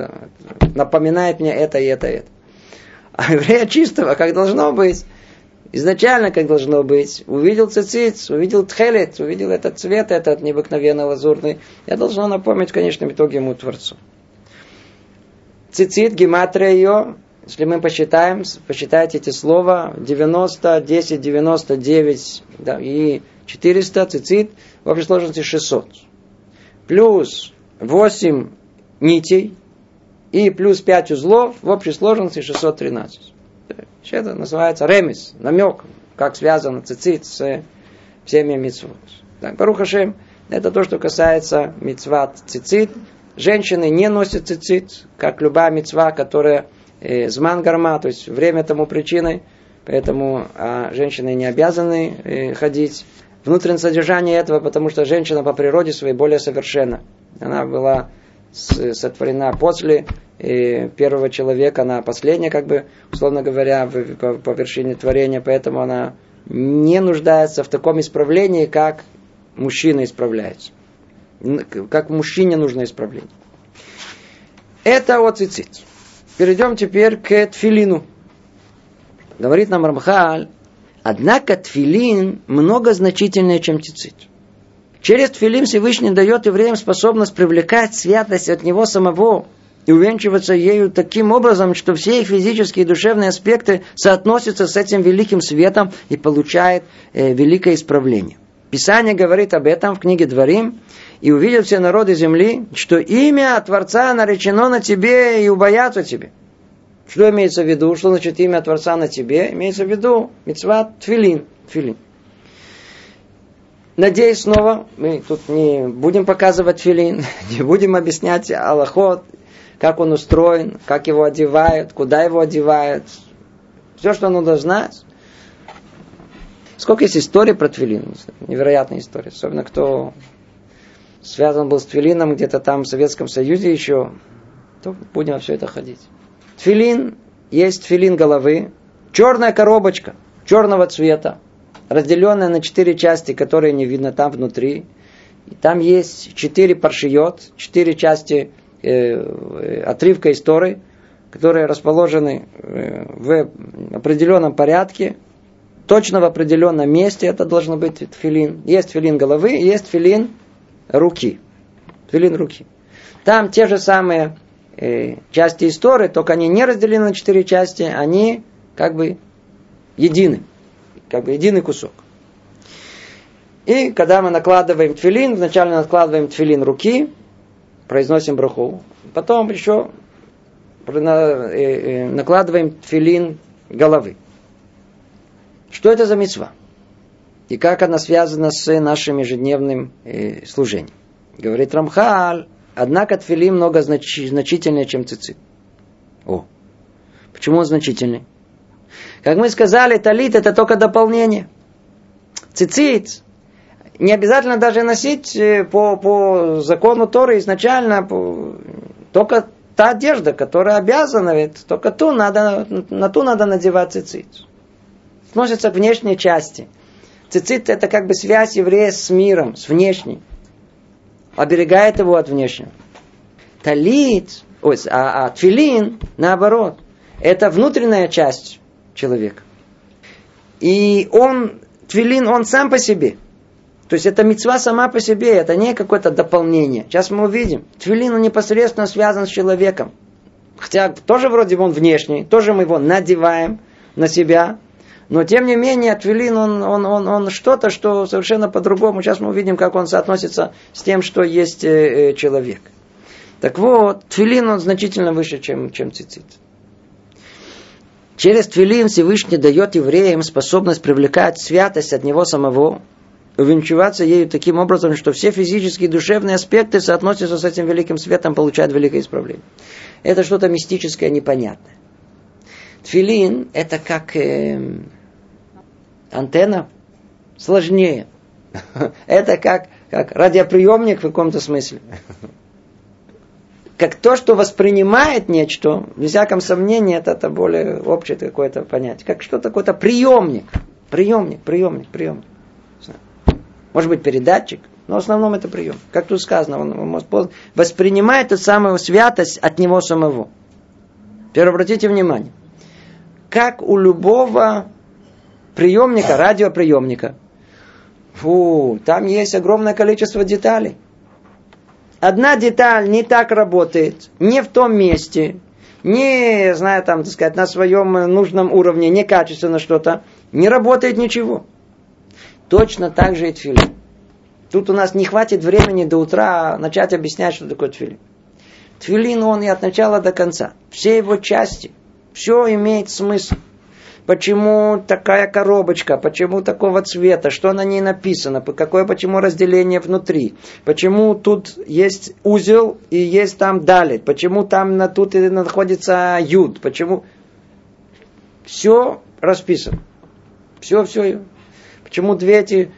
Напоминает мне это и это и это. А еврея чистого, как должно быть, изначально, как должно быть, увидел цицит, увидел тхелет, увидел этот цвет, этот необыкновенно лазурный, я должен напомнить в конечном итоге ему Творцу. Цицит, гематрия ее, если мы посчитаем, посчитайте эти слова, 90, 10, 99 да, и 400, цицит, в общей сложности 600. Плюс 8 нитей и плюс 5 узлов, в общей сложности 613. Это называется ремес, намек, как связан цицит с всеми мицвот. Барух Ашем, это то, что касается мицват цицит. Женщины не носят цицит, как любая мицва, которая зман гарма, то есть время тому причиной, поэтому женщины не обязаны ходить. Внутреннее содержание этого, потому что женщина по природе своей более совершенна. Она была сотворена после первого человека, она последняя, как бы, условно говоря, по вершине творения, поэтому она не нуждается в таком исправлении, как мужчина исправляется. Как мужчине нужно исправление. Это от цицит. Перейдем теперь к тфилину. Говорит нам Рамхаль, однако тфилин много значительнее, чем цицит. Через тфилин Всевышний дает евреям способность привлекать святость от него самого и увенчиваться ею таким образом, что все их физические и душевные аспекты соотносятся с этим великим светом и получают великое исправление. Писание говорит об этом в книге Дворим. И увидят все народы земли, что имя Творца наречено на тебе и убоятся тебе. Что имеется в виду? Что значит имя Творца на тебе? Имеется в виду мицват тфилин. Надеюсь, снова мы тут не будем показывать тфилин, не будем объяснять алахот, как он устроен, как его одевают, куда его одевают. Все, что нужно знать. Сколько есть историй про тфилин? Невероятная история. Особенно кто связан был с тфилином где-то там в Советском Союзе еще, то будем во все это ходить. Тфилин, есть тфилин головы, черная коробочка, черного цвета, разделенная на 4 части, которые не видно там внутри. И там есть 4 паршиот, 4 части отрывка из Торы, которые расположены в определенном порядке, точно в определенном месте. Это должно быть тфилин. Есть тфилин головы, есть тфилин руки. Тфилин руки. Там те же самые части истории, только они не разделены на 4 части, они как бы едины. Как бы единый кусок. И когда мы накладываем тфилин, вначале накладываем тфилин руки, произносим браху, потом еще накладываем тфилин головы. Что это за мицва? И как она связана с нашим ежедневным служением. Говорит Рамхаль, однако тфилин много значительнее, чем цицит. Почему он значительный? Как мы сказали, талит это только дополнение. Цицит не обязательно даже носить по закону Торы изначально, только та одежда, которая обязана, ведь только на ту надо надевать цицит. Относится к внешней части. Цицит это как бы связь еврея с миром, с внешним. Оберегает его от внешнего. Талит, тфилин, наоборот, это внутренняя часть человека. И тфилин, он сам по себе. То есть это мицва сама по себе, это не какое-то дополнение. Сейчас мы увидим. Тфилин, он непосредственно связан с человеком. Хотя тоже вроде он внешний, тоже мы его надеваем на себя. Но тем не менее, тфилин, он что-то, что совершенно по-другому. Сейчас мы увидим, как он соотносится с тем, что есть человек. Так вот, тфилин, он значительно выше, чем цицит. Через тфилин Всевышний дает евреям способность привлекать святость от него самого, увенчиваться ею таким образом, что все физические и душевные аспекты соотносятся с этим великим светом, получают великое исправление. Это что-то мистическое, непонятное. Тфилин это как антенна, сложнее. Это как радиоприемник в каком-то смысле. Как то, что воспринимает нечто, без всяком сомнении, это более общее какое-то понятие. Как что-то, какой-то приемник. Приемник. Может быть, передатчик, но в основном это прием. Как тут сказано, он воспринимает эту самую святость от него самого. Теперь обратите внимание. Как у любого приемника, радиоприемника, там есть огромное количество деталей. Одна деталь не так работает, не в том месте, не, знаю, там, так сказать, на своем нужном уровне, некачественно что-то, не работает ничего. Точно так же и тфилин. Тут у нас не хватит времени до утра начать объяснять, что такое тфилин. Тфилин, он и от начала до конца. Все его части, все имеет смысл. Почему такая коробочка, почему такого цвета, что на ней написано, почему разделение внутри, почему тут есть узел и есть там далит, почему там тут находится юд, почему... Все расписано. Все. Почему две эти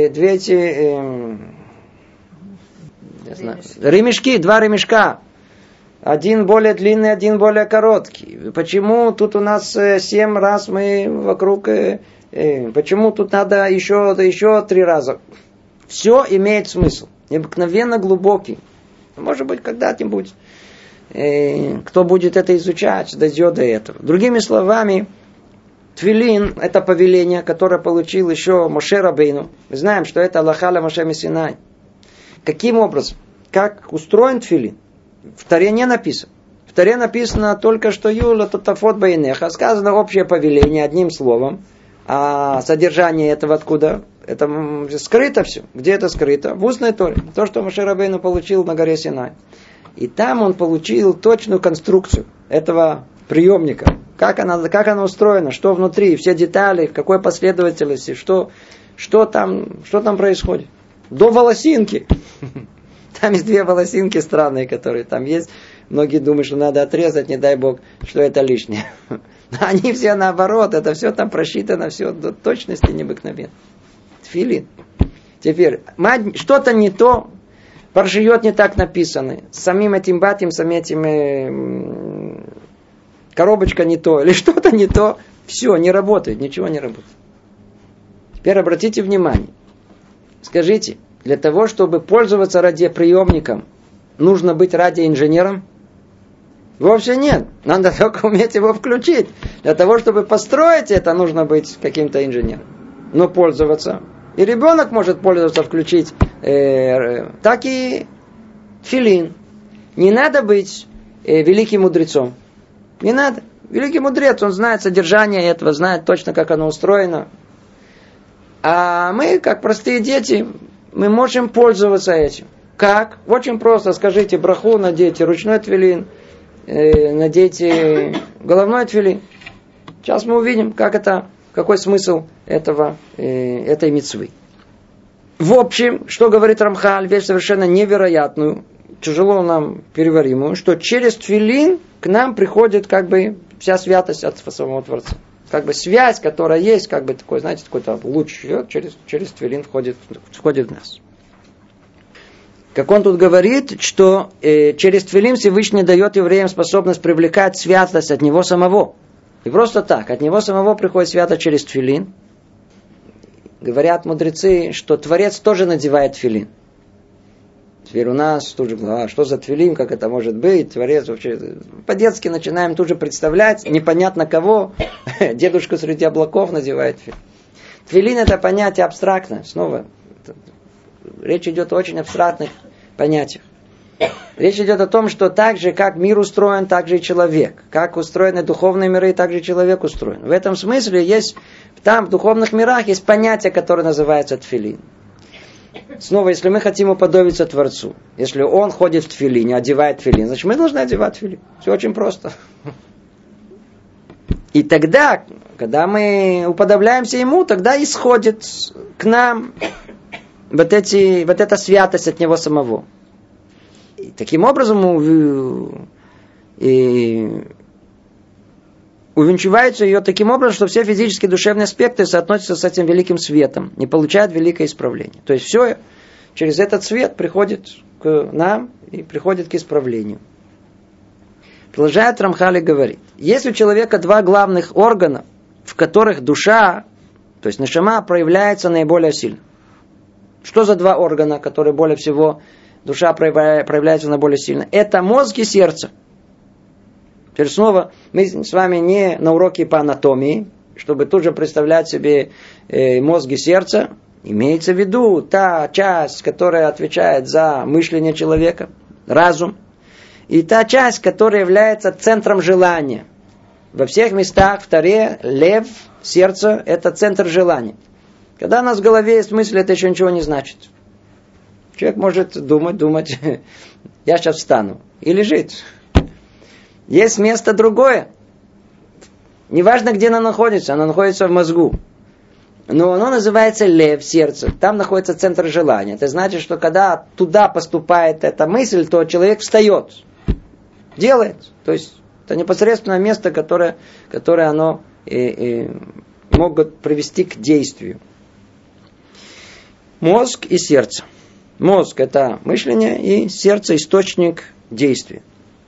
ремешки, два ремешка. Один более длинный, один более короткий. Почему тут у нас 7 раз мы вокруг... Почему тут надо еще 3 раза? Все имеет смысл. Необыкновенно глубокий. Может быть, когда-нибудь кто будет это изучать, дойдет до этого. Другими словами, тфилин – это повеление, которое получил еще Моше Рабейну. Мы знаем, что это Аллаха ля Моше миСинай. Каким образом? Как устроен тфилин? В Торе не написано. В Торе написано только, что Юла Тотафот Байнеха. Сказано общее повеление одним словом. А содержание этого откуда? Это скрыто все. Где это скрыто? В устной Торе. То, что Моше Рабейну получил на горе Синай. И там он получил точную конструкцию этого приемника. Как она устроена, что внутри, все детали, в какой последовательности, что там происходит. До волосинки. Там есть 2 волосинки странные, которые там есть. Многие думают, что надо отрезать, не дай Бог, что это лишнее. Они все наоборот, это все там просчитано, все до точности необыкновенно. Тфилин. Теперь, что-то не то, паршиот не так написаны. С самим этим батим, коробочка не то, или что-то не то. Все, не работает, ничего не работает. Теперь обратите внимание. Скажите, для того, чтобы пользоваться радиоприемником, нужно быть радиоинженером? Вовсе нет. Надо только уметь его включить. Для того, чтобы построить это, нужно быть каким-то инженером. Но пользоваться. И ребенок может пользоваться, включить. Так и тфилин. Не надо быть великим мудрецом. Не надо. Великий мудрец, он знает содержание этого, знает точно, как оно устроено. А мы, как простые дети, мы можем пользоваться этим. Как? Очень просто. Скажите браху, надейте ручной тфилин, надейте головной тфилин. Сейчас мы увидим, какой смысл этой мицвы. В общем, что говорит Рамхаль, вещь совершенно невероятную, тяжело нам переваримую, что через тфилин к нам приходит вся святость от самого Творца. Связь, которая есть, такой, знаете, какой-то луч через тфилин входит в нас. Как он тут говорит, что через тфилин Всевышний дает евреям способность привлекать святость от него самого. И просто так, от него самого приходит святость через тфилин. Говорят мудрецы, что Творец тоже надевает тфилин. Теперь у нас тут же, что за тфилин, как это может быть, Творец вообще... По-детски начинаем тут же представлять, непонятно кого, дедушка среди облаков надевает тфилин. Тфилин это понятие абстрактное, снова. Речь идет о очень абстрактных понятиях. Речь идет о том, что так же, как мир устроен, так же и человек. Как устроены духовные миры, так же и человек устроен. В этом смысле есть, там в духовных мирах есть понятие, которое называется тфилин. Снова, если мы хотим уподобиться Творцу, если Он ходит в тфилине, одевает тфилин, значит мы должны одевать тфилин. Все очень просто. И тогда, когда мы уподобляемся Ему, тогда исходит к нам вот эта святость от Него самого. И таким образом увенчивается ее таким образом, что все физические и душевные аспекты соотносятся с этим великим светом и получают великое исправление. То есть все через этот свет приходит к нам и приходит к исправлению. Продолжает Рамхаль и говорит, есть у человека 2 главных органа, в которых душа, то есть нешама, проявляется наиболее сильно. Что за 2 органа, которые более всего душа проявляется наиболее сильно? Это мозг и сердце. Теперь снова, мы с вами не на уроке по анатомии, чтобы тут же представлять себе мозг и сердце, имеется в виду та часть, которая отвечает за мышление человека, разум, и та часть, которая является центром желания. Во всех местах в Торе лев, сердце – это центр желания. Когда у нас в голове есть мысль, это еще ничего не значит. Человек может думать, я сейчас встану, и лежит. Есть место другое. Неважно, где оно находится в мозгу. Но оно называется лев, сердце. Там находится центр желания. Это значит, что когда туда поступает эта мысль, то человек встает. Делает. То есть это непосредственно место, которое оно могут привести к действию. Мозг и сердце. Мозг – это мышление, и сердце – источник действия.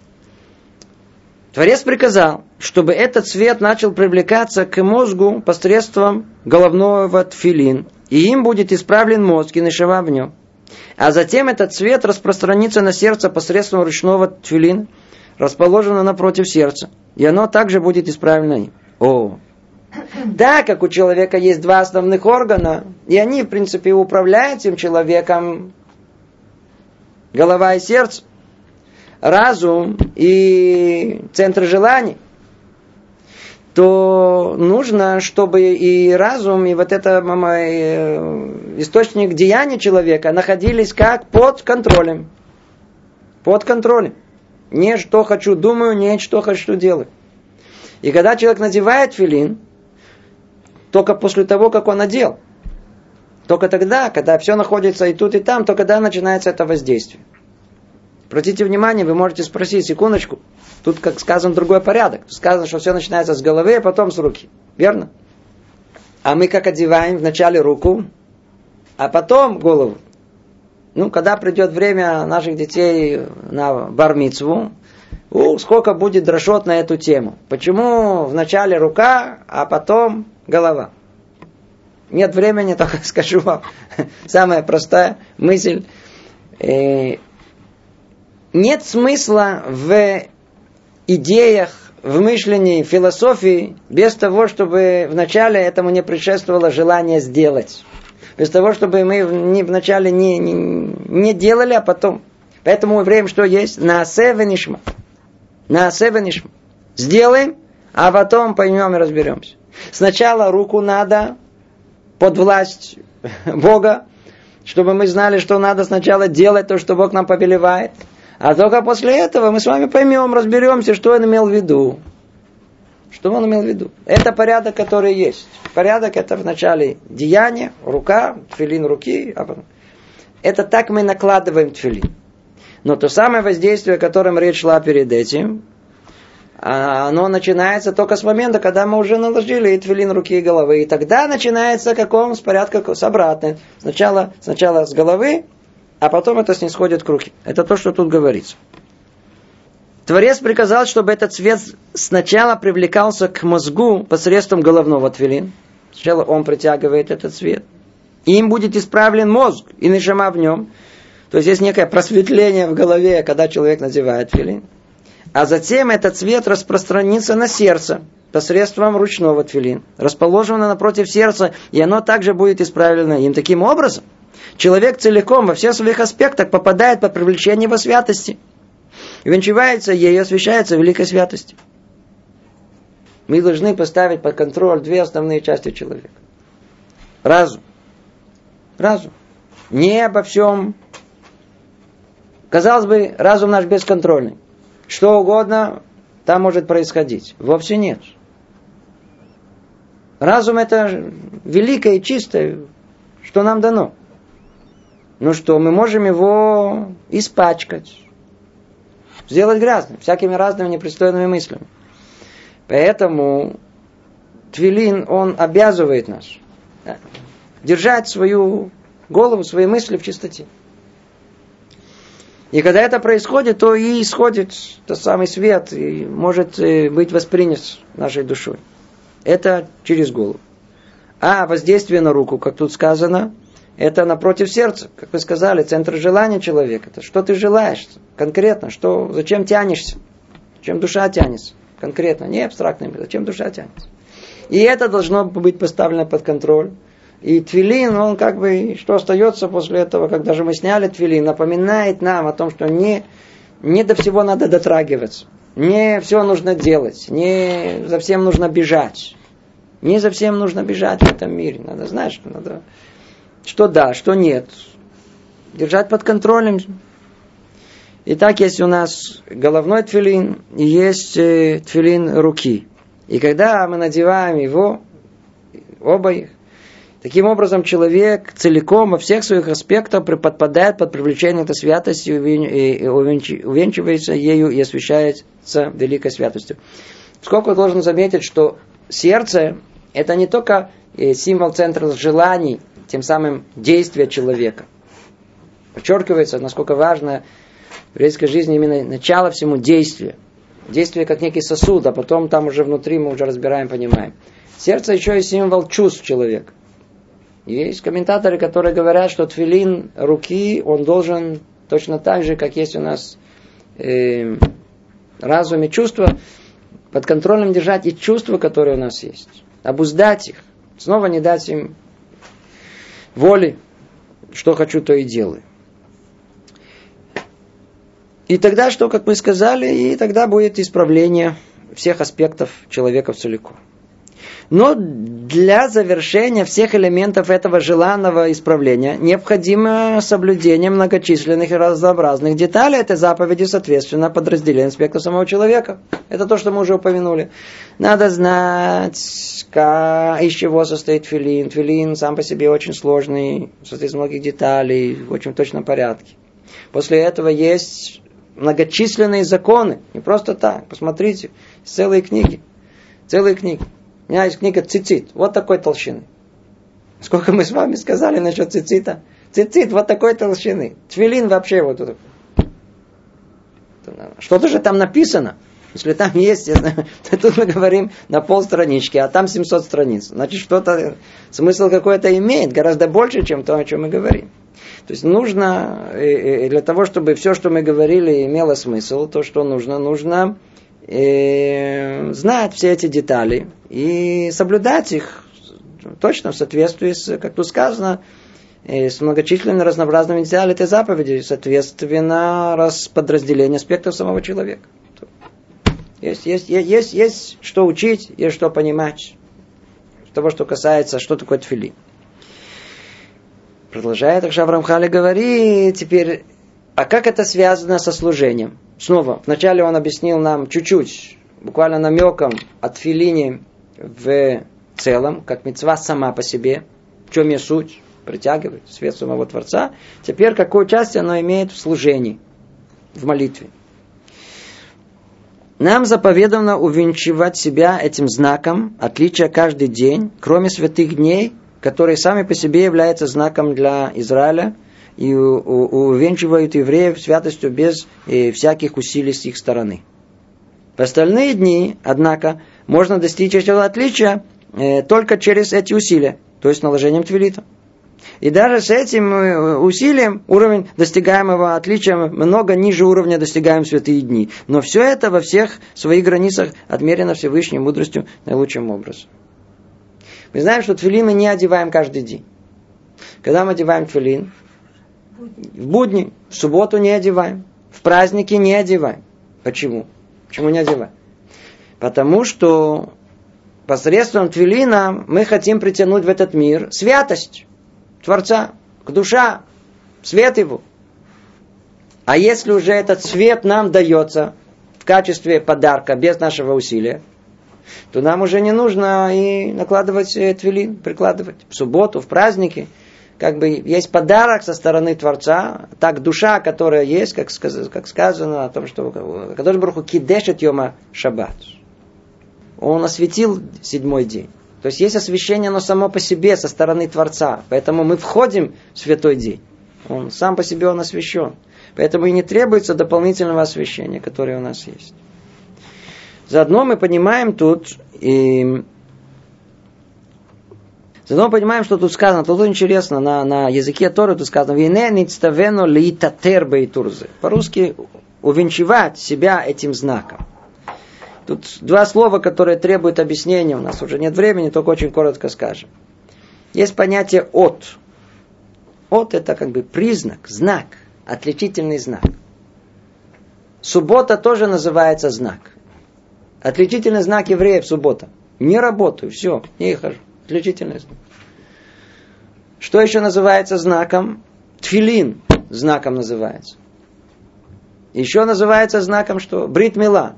Творец приказал, чтобы этот свет начал привлекаться к мозгу посредством головного тфилин, и им будет исправлен мозг и нешава в нем. А затем этот свет распространится на сердце посредством ручного тфилина, расположенного напротив сердца, и оно также будет исправлено им. Да, как у человека есть два основных органа, и они, в принципе, управляют этим человеком, голова и сердце, разум и центр желаний, то нужно, чтобы и разум, и вот это источник деяния человека находились как под контролем. Под контролем. Не что хочу думаю, не что хочу делать. И когда человек надевает тфилин, только после того, как он надел, только тогда, когда все находится и тут, и там, только тогда начинается это воздействие. Обратите внимание, вы можете спросить, секундочку, тут, как сказано, другой порядок. Сказано, что все начинается с головы, а потом с руки. Верно? А мы как одеваем вначале руку, а потом голову. Когда придет время наших детей на бар-мицву, сколько будет дрошот на эту тему. Почему вначале рука, а потом голова? Нет времени, только скажу вам. Самая простая мысль. Нет смысла в идеях, в мышлении, в философии, без того, чтобы вначале этому не предшествовало желание сделать. Без того, чтобы мы вначале не делали, а потом. Поэтому время что есть? Наасе венишма. Наасе венишма. Сделаем, а потом поймем и разберемся. Сначала руку надо под власть Бога, чтобы мы знали, что надо сначала делать то, что Бог нам повелевает. А только после этого мы с вами поймем, разберемся, что он имел в виду. Что он имел в виду? Это порядок, который есть. Порядок это вначале деяние, рука, тфилин руки. Это так мы накладываем тфилин. Но то самое воздействие, о котором речь шла перед этим, оно начинается только с момента, когда мы уже наложили и тфилин руки и головы. И тогда начинается с порядка с обратным. Сначала с головы, а потом это снисходит к руке. Это то, что тут говорится. Творец приказал, чтобы этот свет сначала привлекался к мозгу посредством головного тфилин. Сначала он притягивает этот свет. И им будет исправлен мозг и нешама в нем. То есть есть некое просветление в голове, когда человек надевает тфилин. А затем этот свет распространится на сердце посредством ручного тфилин, расположенного напротив сердца, и оно также будет исправлено им. Таким образом, человек целиком во всех своих аспектах попадает под привлечение его святости. И венчивается ею, освящается великой святости. Мы должны поставить под контроль две основные части человека. Разум. Разум. Не обо всем. Казалось бы, разум наш бесконтрольный. Что угодно там может происходить. Вовсе нет. Разум это великое и чистое, что нам дано. Ну что, мы можем его испачкать. Сделать грязным, всякими разными непристойными мыслями. Поэтому тфилин, он обязывает нас держать свою голову, свои мысли в чистоте. И когда это происходит, то и исходит тот самый свет, и может быть воспринят нашей душой. Это через голову. А воздействие на руку, как тут сказано, это напротив сердца. Как вы сказали, центр желания человека. Это что ты желаешь конкретно, зачем тянешься, зачем душа тянется конкретно, не абстрактно, зачем душа тянется. И это должно быть поставлено под контроль. И тфилин, он как бы, что остается после этого, когда же мы сняли тфилин, напоминает нам о том, что не до всего надо дотрагиваться. Не все нужно делать. Не за всем нужно бежать. Не за всем нужно бежать в этом мире. Надо знать, что надо... Что да, что нет. Держать под контролем. Итак, есть у нас головной тфилин и есть тфилин руки. И когда мы надеваем его, оба их, таким образом человек целиком во всех своих аспектах подпадает под привлечение этой святости и увенчивается ею и освящается великой святостью. Сколько должен заметить, что сердце это не только символ центра желаний, тем самым действия человека. Подчеркивается, насколько важно в еврейской жизни именно начало всему действия. Действие как некий сосуд, а потом там уже внутри мы уже разбираем, понимаем. Сердце еще и символ чувств человека. Есть комментаторы, которые говорят, что тфилин руки, он должен точно так же, как есть у нас разум и чувства, под контролем держать и чувства, которые у нас есть. Обуздать их. Снова не дать им воли, что хочу, то и делаю. И тогда что, как мы сказали, и тогда будет исправление всех аспектов человека целиком. Но для завершения всех элементов этого желанного исправления необходимо соблюдение многочисленных и разнообразных деталей этой заповеди, соответственно, подразделения аспектов самого человека. Это то, что мы уже упомянули. Надо знать, из чего состоит тфилин. Тфилин сам по себе очень сложный, состоит из многих деталей, в очень точном порядке. После этого есть многочисленные законы. Не просто так. Посмотрите, целые книги. Целые книги. У меня есть книга «Цицит». Вот такой толщины. Сколько мы с вами сказали насчет цицита? Цицит вот такой толщины. Тфилин вообще вот такой. Что-то же там написано. Если там есть, тут мы говорим на полстранички, а там 700 страниц. Значит, что-то, смысл какой-то имеет, гораздо больше, чем то, о чем мы говорим. То есть нужно, для того, чтобы все, что мы говорили, имело смысл, то, что нужно знать все эти детали и соблюдать их точно в соответствии с, как тут сказано, с многочисленными разнообразными деталями этой заповеди, соответственно, подразделение аспектов самого человека. Есть что учить, есть что понимать. Того, что касается, что такое тфилин. Продолжает Рав Рамхаль говорит теперь, а как это связано со служением? Снова, вначале он объяснил нам чуть-чуть, буквально намеком о тфилине в целом, как мицва сама по себе, в чем ее суть, притягивает свет самого Творца. Теперь какое участие оно имеет в служении, в молитве. Нам заповедано увенчивать себя этим знаком отличия каждый день, кроме святых дней, которые сами по себе являются знаком для Израиля и увенчивают евреев святостью без всяких усилий с их стороны. В остальные дни, однако, можно достичь этого отличия только через эти усилия, то есть наложением тфилита. И даже с этим усилием уровень достигаемого отличия много ниже уровня достигаем в святые дни. Но все это во всех своих границах отмерено Всевышней мудростью наилучшим образом. Мы знаем, что тфилин мы не одеваем каждый день. Когда мы одеваем тфилин? В будни, в субботу не одеваем. В праздники не одеваем. Почему? Почему не одеваем? Потому что посредством тфилина мы хотим притянуть в этот мир святость Творца, к душа, свет его. А если уже этот свет нам дается в качестве подарка, без нашего усилия, то нам уже не нужно и накладывать тфилин, прикладывать в субботу, в праздники. Как бы есть подарок со стороны Творца, так душа, которая есть, как сказано о том, что Кадош Барух Ху кидешет йома шаббат. Он осветил седьмой день. То есть есть освящение, но само по себе со стороны Творца. Поэтому мы входим в святой день. Он сам по себе он освящен. Поэтому и не требуется дополнительного освящения, которое у нас есть. Заодно мы понимаем тут, что тут сказано, тут интересно, на языке Торы тут сказано, по-русски увенчивать себя этим знаком. Тут два слова, которые требуют объяснения. У нас уже нет времени, только очень коротко скажем. Есть понятие «от». «От» это как бы признак, знак, отличительный знак. Суббота тоже называется знак. Отличительный знак евреев суббота. Не работаю, все, не хожу. Отличительный знак. Что еще называется знаком? Тфилин знаком называется. Еще называется знаком что? Брит мила.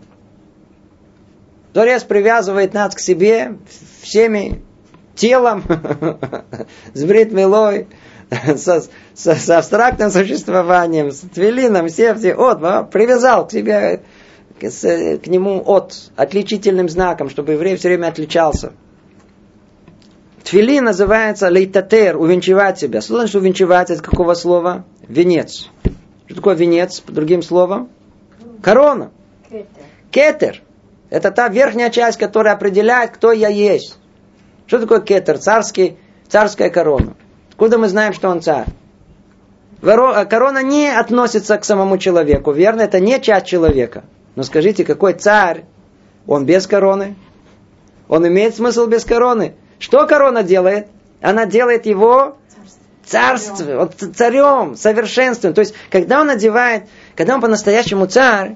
Творец привязывает нас к себе всеми телом, с брит милой, с абстрактным существованием, с твилином, все, привязал к себе, к нему отличительным знаком, чтобы еврей все время отличался. Тфилин называется лейтатер, увенчивать себя. Что значит увенчивать? От какого слова? Венец. Что такое венец, по другим словам? Корона. Кетер. Это та верхняя часть, которая определяет, кто я есть. Что такое кетер? Царская корона. Откуда мы знаем, что он царь? Корона не относится к самому человеку. Верно, это не часть человека. Но скажите, какой царь? Он без короны? Он имеет смысл без короны? Что корона делает? Она делает его царством, царем, совершенством. То есть, когда он по-настоящему царь,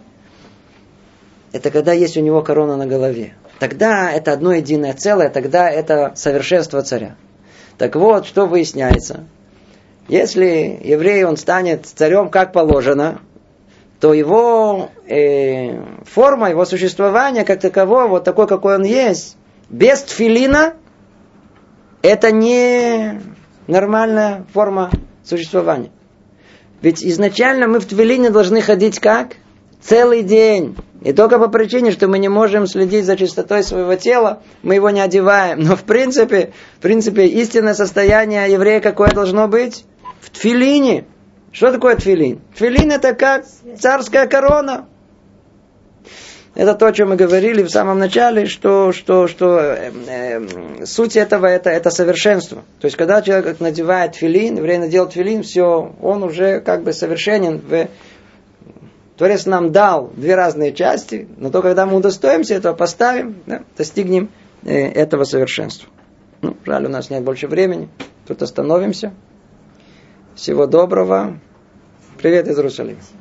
это когда есть у него корона на голове. Тогда это одно единое целое, тогда это совершенство царя. Так вот, что выясняется. Если еврей, он станет царем как положено, то его форма, его существование как такового, вот такой, какой он есть, без тфилина, это не нормальная форма существования. Ведь изначально мы в тфилине должны ходить как? Целый день. И только по причине, что мы не можем следить за чистотой своего тела, мы его не одеваем. Но в принципе, истинное состояние еврея какое должно быть? В тфилине. Что такое тфилин? Тфилин это как царская корона. Это то, о чем мы говорили в самом начале, что суть этого это совершенство. То есть, когда человек надевает тфилин, еврей надел тфилин, все, он уже как бы совершенен. Творец нам дал две разные части, но то, когда мы удостоимся этого, поставим, достигнем этого совершенства. Жаль, у нас нет больше времени. Тут остановимся. Всего доброго. Привет из Иерусалима.